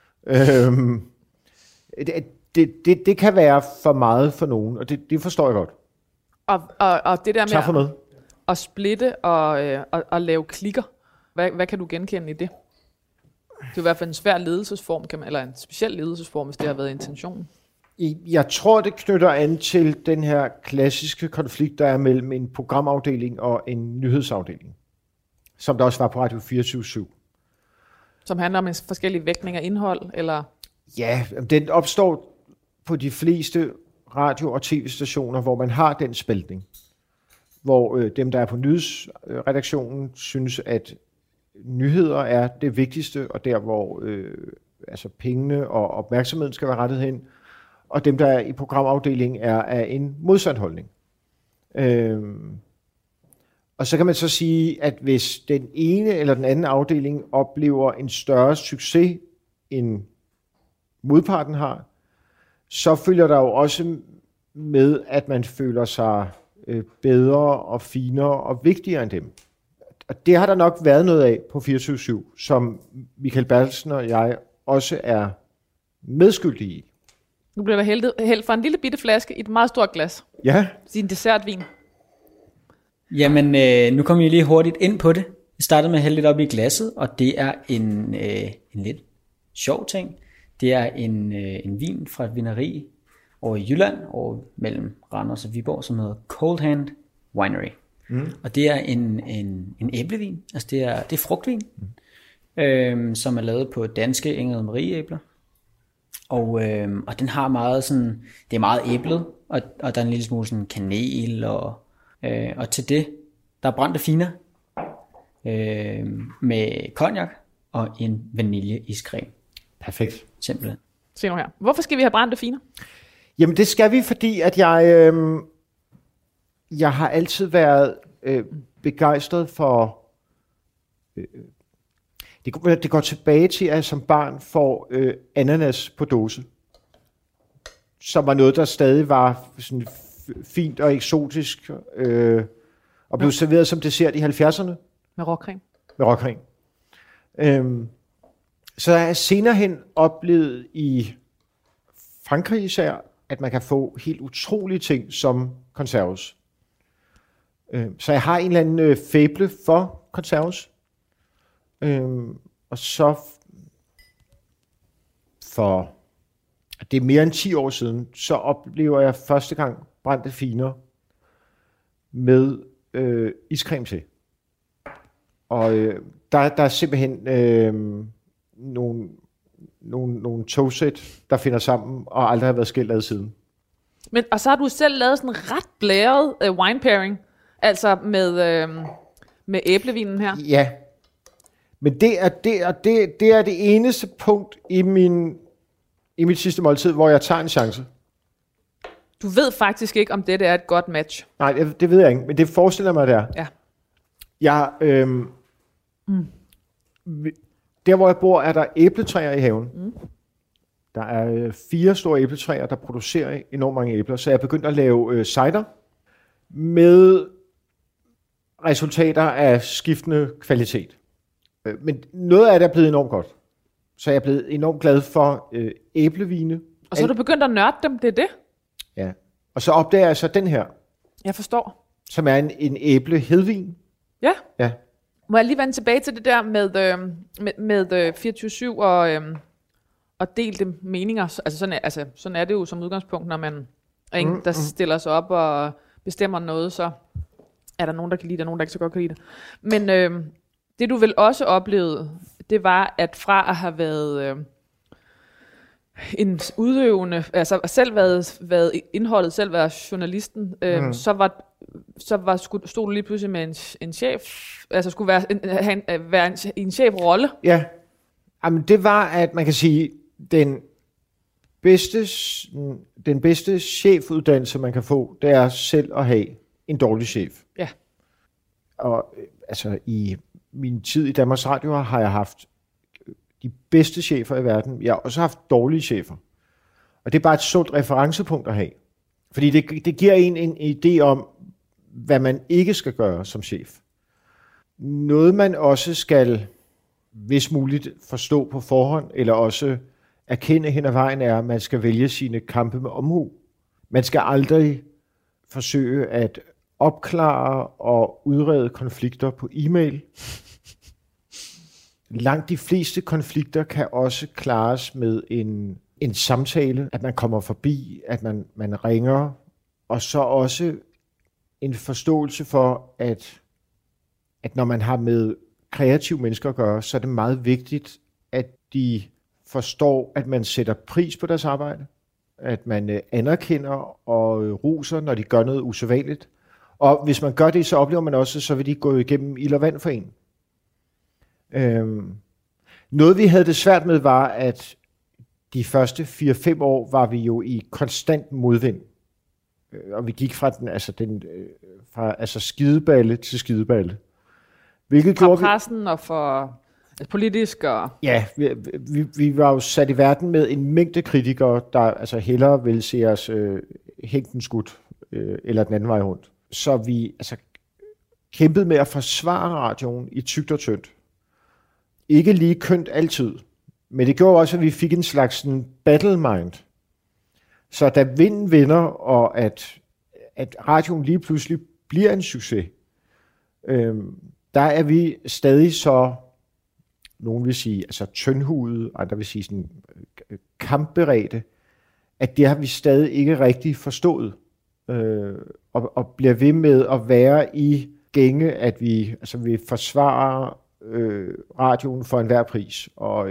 Det kan være for meget for nogen, og det forstår jeg godt. Og det der Tak for med med. at splitte og lave klikker, hvad kan du genkende i det? Det er i hvert fald en svær ledelsesform, eller en speciel ledelsesform, hvis det har været intentionen. Jeg tror, det knytter an til den her klassiske konflikt, der er mellem en programafdeling og en nyhedsafdeling, som der også var på Radio 24/7. Som handler om en forskellig vægtning af indhold, eller? Ja, den opstår på de fleste radio- og tv-stationer, hvor man har den spaltning. Hvor dem, der er på nyhedsredaktionen, synes, at nyheder er det vigtigste, og der, hvor altså pengene og opmærksomheden skal være rettet hen. Og dem, der er i programafdelingen, er af en modsat holdning. Og så kan man så sige, at hvis den ene eller den anden afdeling oplever en større succes, end modparten har, så følger der jo også med, at man føler sig bedre og finere og vigtigere end dem. Og det har der nok været noget af på 24/7, som Michael Bertelsen og jeg også er medskyldige i. Nu bliver der hældt fra en lille bitte flaske i et meget stort glas. Ja. Sin dessertvin. Jamen, nu kommer vi lige hurtigt ind på det. Vi startede med at hælde lidt op i glasset, og det er en lidt sjov ting. Det er en vin fra et vineri over i Jylland, over mellem Randers og Viborg, som hedder Cold Hand Winery. Og det er en æblevin, altså det er frugtvin, som er lavet på danske Ingrid Marie æbler. Og den har meget sådan, det er meget æblet, og der er en lille smule sådan kanel, og til det, der er brændte finer, med cognac og en vaniljeiscreme. Perfekt. Simpelthen. Se nu her. Hvorfor skal vi have brændte finer? Jamen det skal vi, fordi at jeg har altid været begejstret for... Det går tilbage til, at jeg som barn får ananas på dåse. Som var noget, der stadig var sådan fint og eksotisk. Og blev serveret som dessert i 70'erne. Med råcreme. Med råcreme. Så har jeg senere hen oplevet i Frankrig især, at man kan få helt utrolige ting som konserves. Så jeg har en eller anden faible for konserves. Og så for, det er mere end 10 år siden, så oplever jeg første gang brændte finer med iscreme til. Og der er simpelthen nogle togsæt, der finder sammen og aldrig har været skilt ad siden. Men, og så har du selv lavet sådan en ret blæret wine pairing, altså med æblevinen her. Ja, men det er det eneste punkt i mit sidste måltid, hvor jeg tager en chance. Du ved faktisk ikke, om dette er et godt match. Nej, det ved jeg ikke, men det forestiller mig, det er. Ja. Der, hvor jeg bor, er der æbletræer i haven. Der er 4 store æbletræer, der producerer enormt mange æbler, så jeg er begyndt at lave cider med resultater af skiftende kvalitet. Men noget af det er blevet enormt godt. Så jeg er blevet enormt glad for æblevine. Og så er du begyndt at nørde dem, det er det? Ja. Og så opdager jeg så den her, Jeg forstår. som er en æblehedvin. Ja. Ja. Må jeg lige vende tilbage til det der med 24/7 og delte meninger? Sådan er det jo som udgangspunkt, når man er ingen, der stiller sig op og bestemmer noget, så er der nogen, der kan lide det, og nogen, der ikke så godt kan lide det. Men det du vel også oplevede, det var, at fra at have været en udøvende, altså selv været indholdet, selv været journalisten, stod du lige pludselig med en chef, altså skulle være i en chefrolle. Ja, jamen det var, at man kan sige, den bedste chefuddannelse, man kan få, det er selv at have en dårlig chef. Ja. Og altså i min tid i Danmarks Radio har jeg haft de bedste chefer i verden. Jeg har også haft dårlige chefer. Og det er bare et sundt referencepunkt at have. Fordi det giver en idé om, hvad man ikke skal gøre som chef. Noget man også skal, hvis muligt, forstå på forhånd, eller også erkende hen ad vejen, er, at man skal vælge sine kampe med omhu. Man skal aldrig forsøge at opklare og udrede konflikter på e-mail. Langt de fleste konflikter kan også klares med en samtale, at man kommer forbi, at man ringer, og så også en forståelse for, at når man har med kreative mennesker at gøre, så er det meget vigtigt, at de forstår, at man sætter pris på deres arbejde, at man anerkender og roser, når de gør noget usædvanligt. Og hvis man gør det, så oplever man også, så vil de gå igennem ild og vand for en. Noget vi havde det svært med var, at de første 4-5 år var vi jo i konstant modvind. Og vi gik fra skideballe til skideballe. Hvilket fra pressen og for politisk og... Ja, vi var jo sat i verden med en mængde kritikere, der hellere ville se os hængt den skudt, eller den anden vej rundt. Så vi kæmpede med at forsvare radioen i tykt og tyndt. Ikke lige kønt altid, men det gjorde også, at vi fik en slags battle mind. Så da vinden vinder, og at radioen lige pludselig bliver en succes, der er vi stadig så, nogen vil sige, tyndhudede, andre vil sige sådan kampberedte, at det har vi stadig ikke rigtig forstået, og bliver ved med at være i gænge, at vi forsvarer radioen for enhver pris,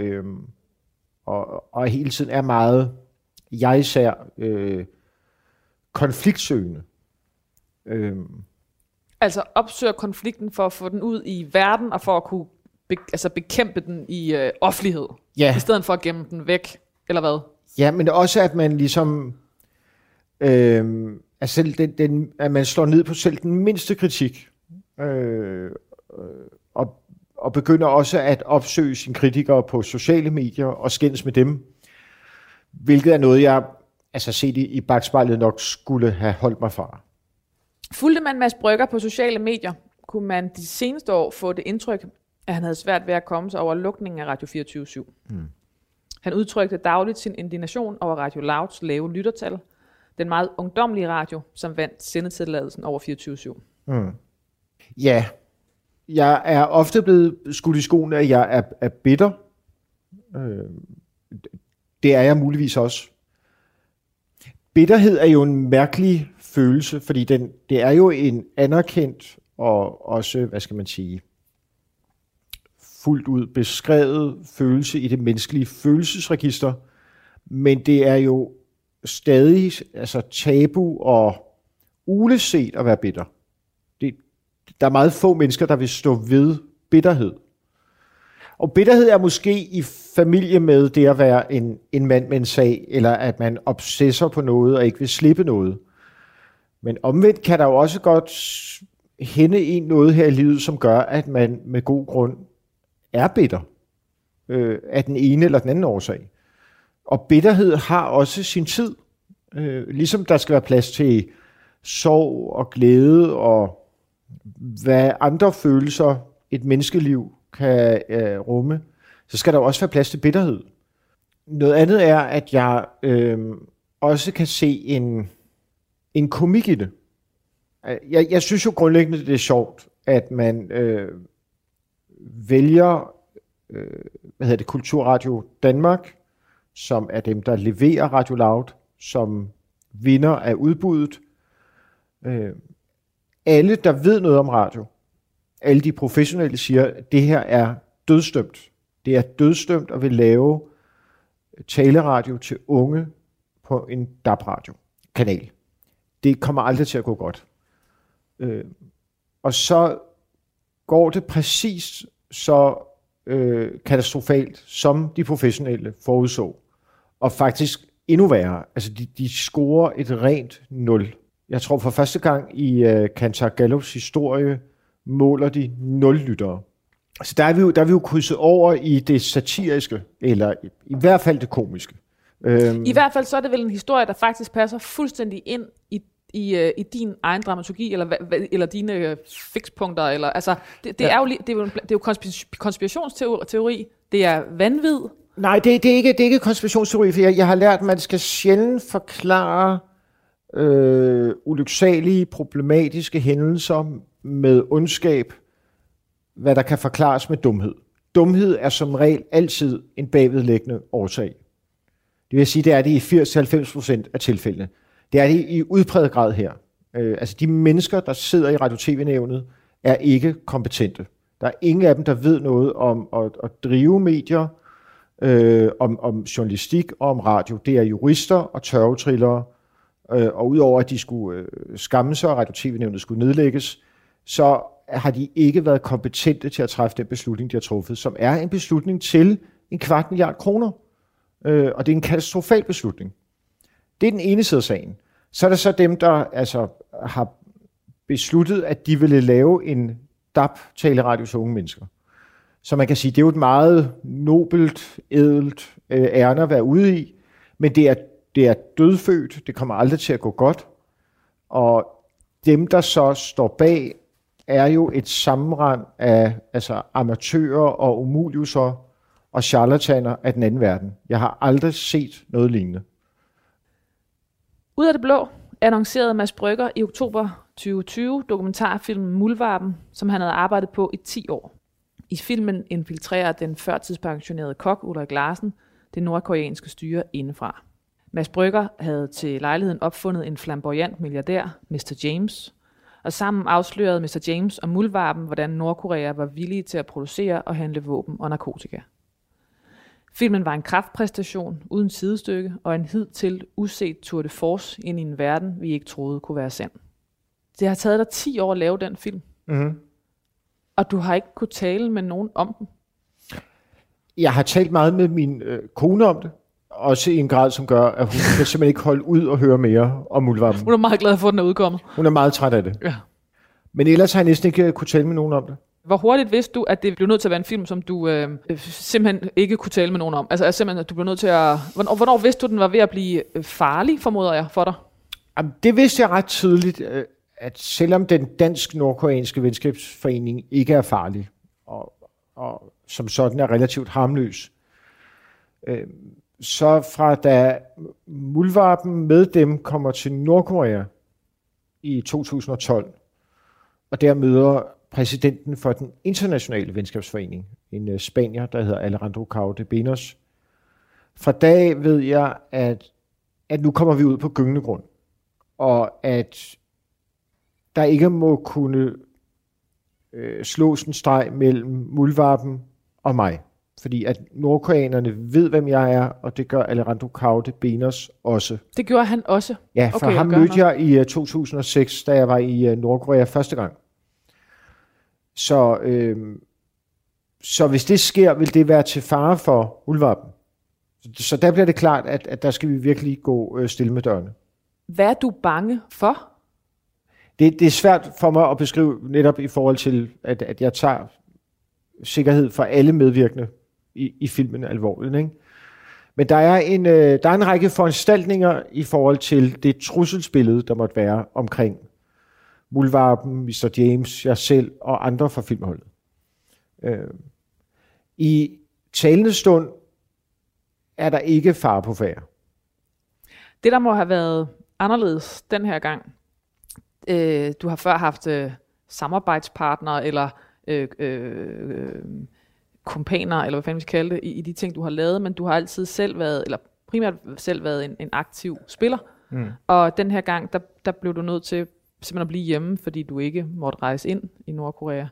og hele tiden er meget, jeg især, konfliktsøgende. Altså opsøger konflikten for at få den ud i verden, og for at kunne bekæmpe den i offentlighed, i stedet for at gemme den væk, eller hvad? Ja, men også at man ligesom, at man slår ned på selv den mindste kritik, og begynder også at opsøge sine kritikere på sociale medier og skændes med dem, hvilket er noget, jeg set i bagspejlet nok skulle have holdt mig fra. Fulgte man Mads Brügger på sociale medier, kunne man de seneste år få det indtryk, at han havde svært ved at komme sig over lukningen af Radio 24/7. Han udtrykte dagligt sin indignation over Radio Louds lave lyttertal, den meget ungdomlige radio, som vandt sendetilladelsen over 24/7. Ja, jeg er ofte blevet skudt i skoene, at jeg er bitter. Det er jeg muligvis også. Bitterhed er jo en mærkelig følelse, fordi det er jo en anerkendt og også, fuldt ud beskrevet følelse i det menneskelige følelsesregister, men det er jo stadig tabu og uleset at være bitter. Der er meget få mennesker, der vil stå ved bitterhed. Og bitterhed er måske i familie med det at være en mand med en sag, eller at man obsesser på noget og ikke vil slippe noget. Men omvendt kan der jo også godt hænde en noget her i livet, som gør, at man med god grund er bitter af den ene eller den anden årsag. Og bitterhed har også sin tid. Ligesom der skal være plads til sorg og glæde og hvad andre følelser et menneskeliv kan rumme, så skal der også være plads til bitterhed. Noget andet er, at jeg også kan se en komik i det. Jeg synes jo grundlæggende, det er sjovt, at man vælger Kulturradio Danmark, som er dem, der leverer Radio Loud, som vinder af udbuddet. Alle, der ved noget om radio, alle de professionelle siger, at det her er dødsdømt. Det er dødsdømt at vil lave taleradio til unge på en DAB-radio-kanal. Det kommer aldrig til at gå godt. Og så går det præcis så katastrofalt, som de professionelle forudså. Og faktisk endnu værre. Altså de scorer et rent 0. Jeg tror for første gang i Kantar Gallups historie måler de 0 lyttere. Så der er vi jo krydset over i det satiriske, eller i hvert fald det komiske. I hvert fald så er det vel en historie, der faktisk passer fuldstændig ind i din egen dramaturgi, eller dine fikspunkter, eller altså det er jo konspirationsteori, det er vanvid. Nej, det er ikke konspirationsteori, for jeg har lært, at man skal sjældent forklare ulyksalige, problematiske hændelser med ondskab, hvad der kan forklares med dumhed. Dumhed er som regel altid en bagvedliggende årsag. Det vil sige, det er det i 80-90% af tilfældene. Det er det i udpræget grad her. Altså de mennesker, der sidder i Radio-TV-nævnet, er ikke kompetente. Der er ingen af dem, der ved noget om at drive medier, om journalistik og om radio. Det er jurister og tørvetrillere, og udover at de skulle skamme sig, og Radio-TV-nævnet skulle nedlægges, så har de ikke været kompetente til at træffe den beslutning, de har truffet, som er en beslutning til 250 milliarder kroner. Og det er en katastrofal beslutning. Det er den ene side af sagen. Så er der så dem, der altså har besluttet, at de ville lave en DAB-taleradio til unge mennesker. Så man kan sige, det er jo et meget nobelt, ædelt ærne at være ude i, men det er dødfødt, det kommer aldrig til at gå godt, og dem, der så står bag, er jo et sammenrend af amatører og umuliuser og charlataner af den anden verden. Jeg har aldrig set noget lignende. Ud af det blå annoncerede Mads Brügger i oktober 2020 dokumentarfilmen Muldvarpen, som han havde arbejdet på i 10 år. I filmen infiltrerer den førtidspensionerede kok Ulrik Larsen det nordkoreanske styre indefra. Mads Brügger havde til lejligheden opfundet en flamboyant milliardær, Mr. James, og sammen afslørede Mr. James og Muldvarpen, hvordan Nordkorea var villige til at producere og handle våben og narkotika. Filmen var en kraftpræstation uden sidestykke og en hidtil uset tour de force ind i en verden, vi ikke troede kunne være sand. Det har taget dig 10 år at lave den film. Mm-hmm. Og du har ikke kunnet tale med nogen om den. Jeg har talt meget med min kone om det. Også i en grad, som gør, at hun kan simpelthen ikke holde ud og høre mere om Muldvarpen. Hun er meget glad for, at den er udkommet. Hun er meget træt af det. Ja. Men ellers har jeg næsten ikke kunne tale med nogen om det. Hvor hurtigt vidste du, at det blev nødt til at være en film, som du simpelthen ikke kunne tale med nogen om? Altså simpelthen, at du blev nødt til at... Hvornår vidste du, at den var ved at blive farlig, formoder jeg, for dig? Jamen, det vidste jeg ret tydeligt, at selvom den dansk-nordkoreanske venskabsforening ikke er farlig, og som sådan er relativt harmløs, så fra da Muldvarpen med dem kommer til Nordkorea i 2012, og der møder præsidenten for den internationale venskabsforening, en spanier, der hedder Alejandro Cao de Benos. Fra dag ved jeg, at nu kommer vi ud på gyngende grund, og at der ikke må kunne slås en streg mellem Muldvarpen og mig. Fordi at nordkoreanerne ved, hvem jeg er, og det gør Alejandro Cao de Benos også. Det gjorde han også? Ja, for ham mødte jeg i 2006, da jeg var i Nordkorea første gang. Så hvis det sker, vil det være til fare for Muldvarpen. Så der bliver det klart, at der skal vi virkelig gå stille med dørene. Hvad er du bange for? Det er svært for mig at beskrive netop i forhold til, at jeg tager sikkerhed for alle medvirkende i filmen alvorligt, ikke? Men der er en række foranstaltninger i forhold til det trusselsbillede, der måtte være omkring Muldvarpen, Mr. James, jeg selv og andre fra filmholdet. I talende stund er der ikke fare på færde. Det, der må have været anderledes den her gang, du har før haft samarbejdspartnere eller kompaner, eller hvad fanden vi skal kalde det, i de ting, du har lavet, men du har altid selv været, eller primært selv været en aktiv spiller. Og den her gang, der blev du nødt til simpelthen at blive hjemme, fordi du ikke måtte rejse ind i Nordkorea.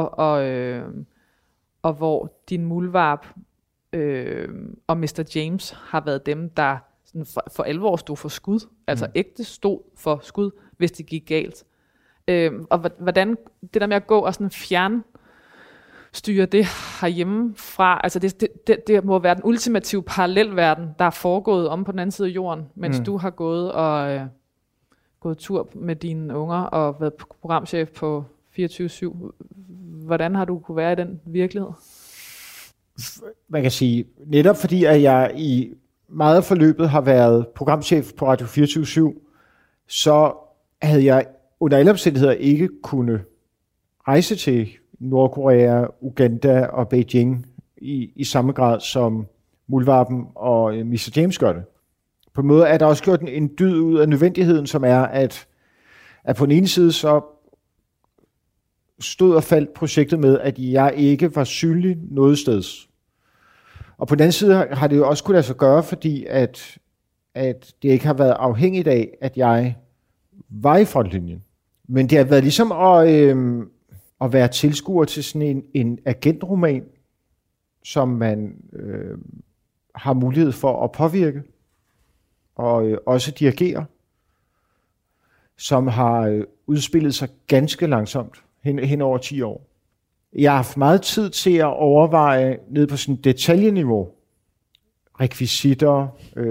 Og hvor din muldvarp og Mr. James har været dem, der sådan for alvor stod for skud, altså ægte stod for skud, hvis det gik galt. Og hvordan det der med at gå og sådan fjernstyre det herhjemme fra, altså det må være den ultimative parallelverden, der er foregået om på den anden side af jorden, mens du har gået og gået tur med dine unger og været programchef på 24/7. Hvordan har du kunne være i den virkelighed? Man kan sige, netop fordi at jeg i meget af forløbet har været programchef på Radio 24/7, så havde jeg under alle omstændigheder ikke kunne rejse til Nordkorea, Uganda og Beijing i samme grad som muldvarpen og Mr. James gør det. På en måde er der også gjort en dyd ud af nødvendigheden, som er, at på den ene side så stod og faldt projektet med, at jeg ikke var synlig noget steds. Og på den anden side har det jo også kunnet lade sig gøre, fordi at det ikke har været afhængigt af, at jeg var i frontlinjen. Men det har været ligesom at være tilskuer til sådan en agentroman, som man har mulighed for at påvirke og også dirigere, som har udspillet sig ganske langsomt hen over 10 år. Jeg har haft meget tid til at overveje ned på sådan et detaljeniveau, rekvisitter,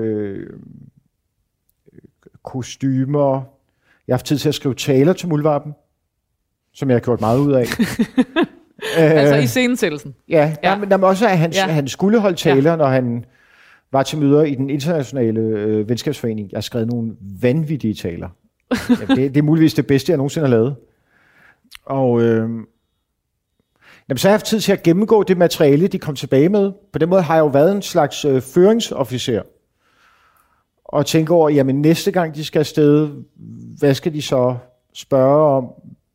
kostymer. Jeg har haft tid til at skrive taler til muldvarpen, som jeg har gjort meget ud af. Altså i scenesættelsen? Ja. Men også at han skulle holde taler, når han var til møder i den internationale venskabsforening. Jeg har skrevet nogle vanvittige taler. Det er muligvis det bedste, jeg nogensinde har lavet. Og så har jeg haft tid til at gennemgå det materiale, de kom tilbage med. På den måde har jeg jo været en slags føringsofficer. Og tænke over, jamen næste gang de skal afsted, hvad skal de så spørge om?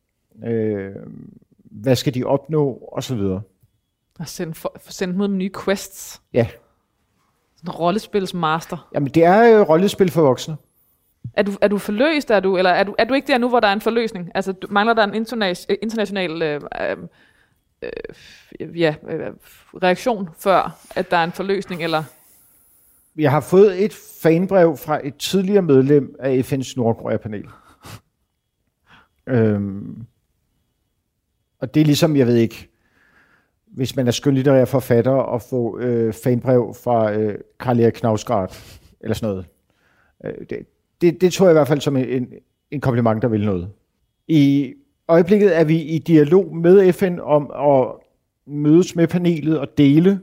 Hvad skal de opnå? Og så videre. Og sende dem ud med nye quests. Ja. Sådan en rollespilsmaster. Jamen det er rollespil for voksne. Er du forløst? Er du ikke der nu, hvor der er en forløsning? Altså mangler der en international reaktion, før at der er en forløsning? Eller? Jeg har fået et fanbrev fra et tidligere medlem af FN's Nordkorea-panel. Og det er ligesom, jeg ved ikke, hvis man er skønlitterær forfatter og få fanbrev fra Karl Erik Knausgaard eller sådan noget. Det tror jeg i hvert fald som en kompliment, der vil noget. I øjeblikket er vi i dialog med FN om at mødes med panelet og dele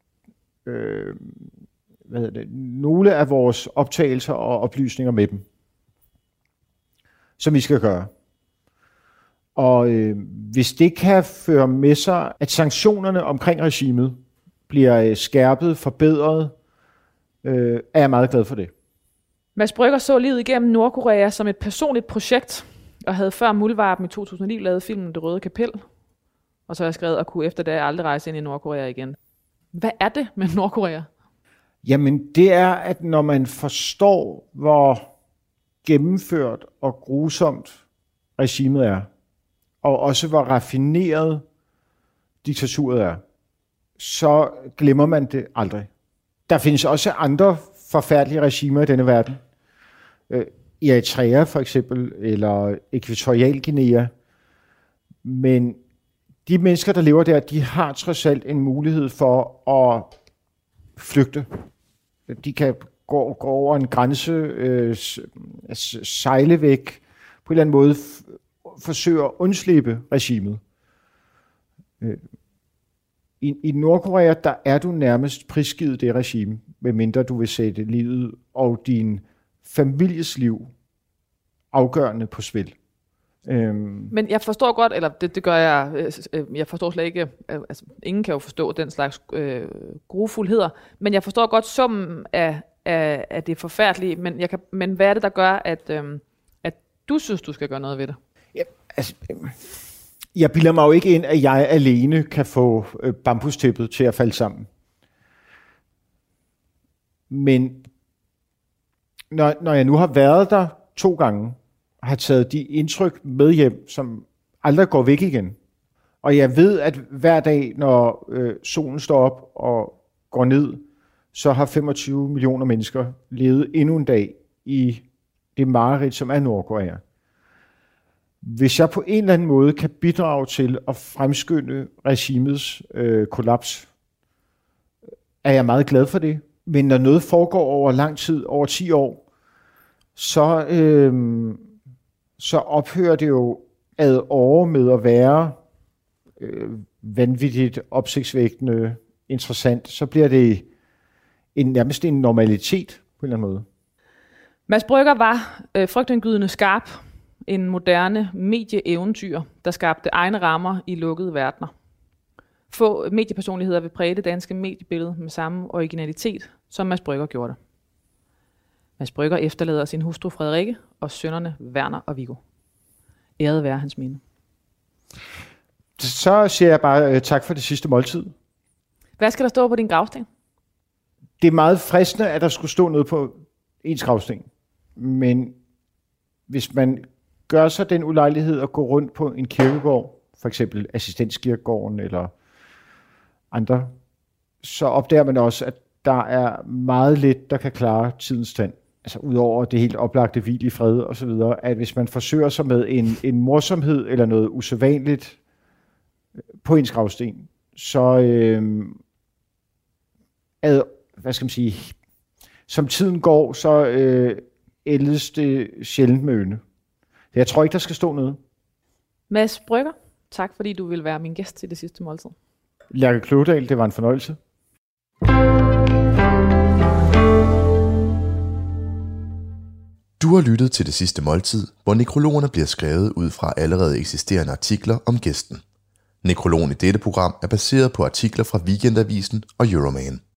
nogle af vores optagelser og oplysninger med dem, som vi skal gøre. Og hvis det kan føre med sig, at sanktionerne omkring regimet bliver skærpet, forbedret, er jeg meget glad for det. Mads Brügger så livet igennem Nordkorea som et personligt projekt, og havde før Muldvarpen i 2009 lavet filmen Det Røde Kapel, og så har jeg skrevet at kunne efter det aldrig rejse ind i Nordkorea igen. Hvad er det med Nordkorea? Jamen det er, at når man forstår, hvor gennemført og grusomt regimet er, og også hvor raffineret diktaturet er, så glemmer man det aldrig. Der findes også andre forfærdelige regimer i denne verden. Eritrea for eksempel, eller Ækvatorialguinea. Men de mennesker, der lever der, de har trods alt en mulighed for at flygte. De kan gå over en grænse, sejle væk, på en eller anden måde forsøge at undslippe regimet. I Nordkorea, der er du nærmest prisgivet det regime, medmindre du vil sætte livet og din families liv afgørende på spil. Men jeg forstår godt, eller det gør jeg forstår slet ikke, altså ingen kan jo forstå den slags grufuldheder, men jeg forstår godt summen af det forfærdelige, men hvad er det, der gør, at du synes, du skal gøre noget ved det? Ja, altså, Jeg bilder mig jo ikke ind, at jeg alene kan få bambustæppet til at falde sammen. Men når jeg nu har været der 2 gange, og har taget de indtryk med hjem, som aldrig går væk igen, og jeg ved, at hver dag, når solen står op og går ned, så har 25 millioner mennesker levet endnu en dag i det mareridt, som er Nordkorea. Hvis jeg på en eller anden måde kan bidrage til at fremskynde regimets kollaps, er jeg meget glad for det. Men når noget foregår over lang tid, over 10 år, så ophører det jo ad åre med at være vanvittigt, opsigtsvækkende, interessant. Så bliver det nærmest en normalitet på en eller anden måde. Mads Brügger var frygtindgydende skarp, en moderne medieeventyr, der skabte egne rammer i lukkede verdener. Få mediepersonligheder vil præge det danske mediebillede med samme originalitet, som Mads Brügger gjorde det. Mads Brügger efterlader sin hustru Frederikke og sønnerne Werner og Viggo. Æret være hans minde. Så siger jeg bare tak for det sidste måltid. Hvad skal der stå på din gravsten? Det er meget fristende, at der skulle stå noget på ens gravsten. Men hvis man gør sig den ulejlighed at gå rundt på en kirkegård, for eksempel Assistenskirkegården eller andre, så opdager man også, at der er meget lidt, der kan klare tidens tand. Altså udover det helt oplagte hvil i fred og så videre, at hvis man forsøger sig med en morsomhed eller noget usædvanligt på ens gravsten, så hvad skal man sige, som tiden går, så ældes det sjældent med ynde. Jeg tror ikke, der skal stå noget. Mads Brügger, tak fordi du vil være min gæst til det sidste måltid. Lærke Kløvedal, det var en fornøjelse. Du har lyttet til Det Sidste Måltid, hvor nekrologerne bliver skrevet ud fra allerede eksisterende artikler om gæsten. Nekrologen i dette program er baseret på artikler fra Weekendavisen og Euroman.